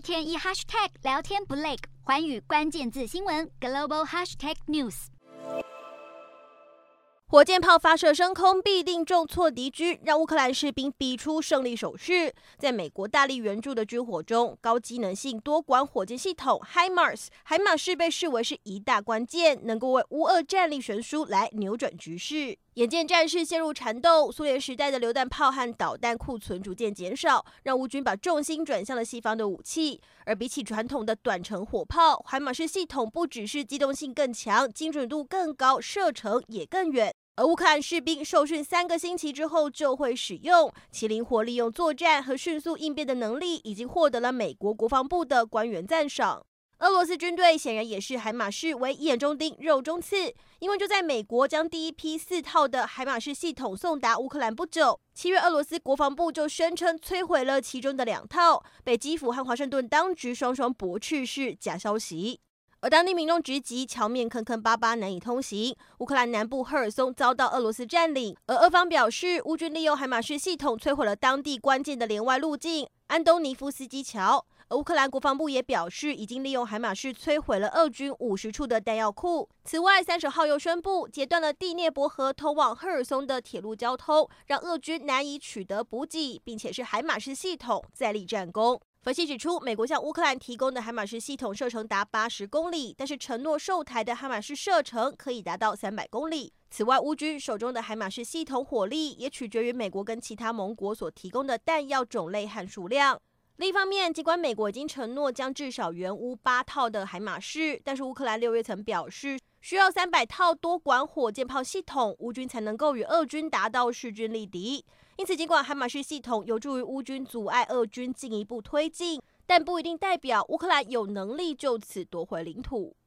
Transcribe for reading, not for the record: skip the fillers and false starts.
天一 hashtag 聊天不累，寰宇关键字新闻 global hashtag news。 火箭炮发射升空必定重挫敌军，让乌克兰士兵比出胜利手势。在美国大力援助的军火中，高机能性多管火箭系统 HIMARS 海马式被视为是一大关键，能够为乌俄战力悬殊来扭转局势。眼见战事陷入缠斗，苏联时代的榴弹炮和导弹库存逐渐减少，让乌军把重心转向了西方的武器。而比起传统的短程火炮，海马式系统不只是机动性更强，精准度更高，射程也更远。而乌克兰士兵受训3个星期之后就会使用，其灵活利用作战和迅速应变的能力，已经获得了美国国防部的官员赞赏。俄罗斯军队显然也是海马式为眼中钉、肉中刺，因为就在美国将第一批4套的海马式系统送达乌克兰不久，7月俄罗斯国防部就宣称摧毁了其中的2套，被基辅和华盛顿当局双双驳斥是假消息。而当地民众直击桥面坑坑巴巴，难以通行。乌克兰南部赫尔松遭到俄罗斯占领，而俄方表示，乌军利用海马式系统摧毁了当地关键的连外路径安东尼夫斯基桥。而乌克兰国防部也表示，已经利用海马式摧毁了俄军50处的弹药库。此外，30号又宣布截断了第聂伯河通往赫尔松的铁路交通，让俄军难以取得补给，并且是海马式系统再立战功。分析指出，美国向乌克兰提供的海马式系统射程达80公里，但是承诺售台的海马式射程可以达到300公里。此外，乌军手中的海马式系统火力也取决于美国跟其他盟国所提供的弹药种类和数量。另一方面，尽管美国已经承诺将至少援乌8套的海马式，但是乌克兰6月曾表示，需要300套多管火箭炮系统，乌军才能够与俄军达到势均力敌。因此，尽管海马式系统有助于乌军阻碍俄军进一步推进，但不一定代表乌克兰有能力就此夺回领土。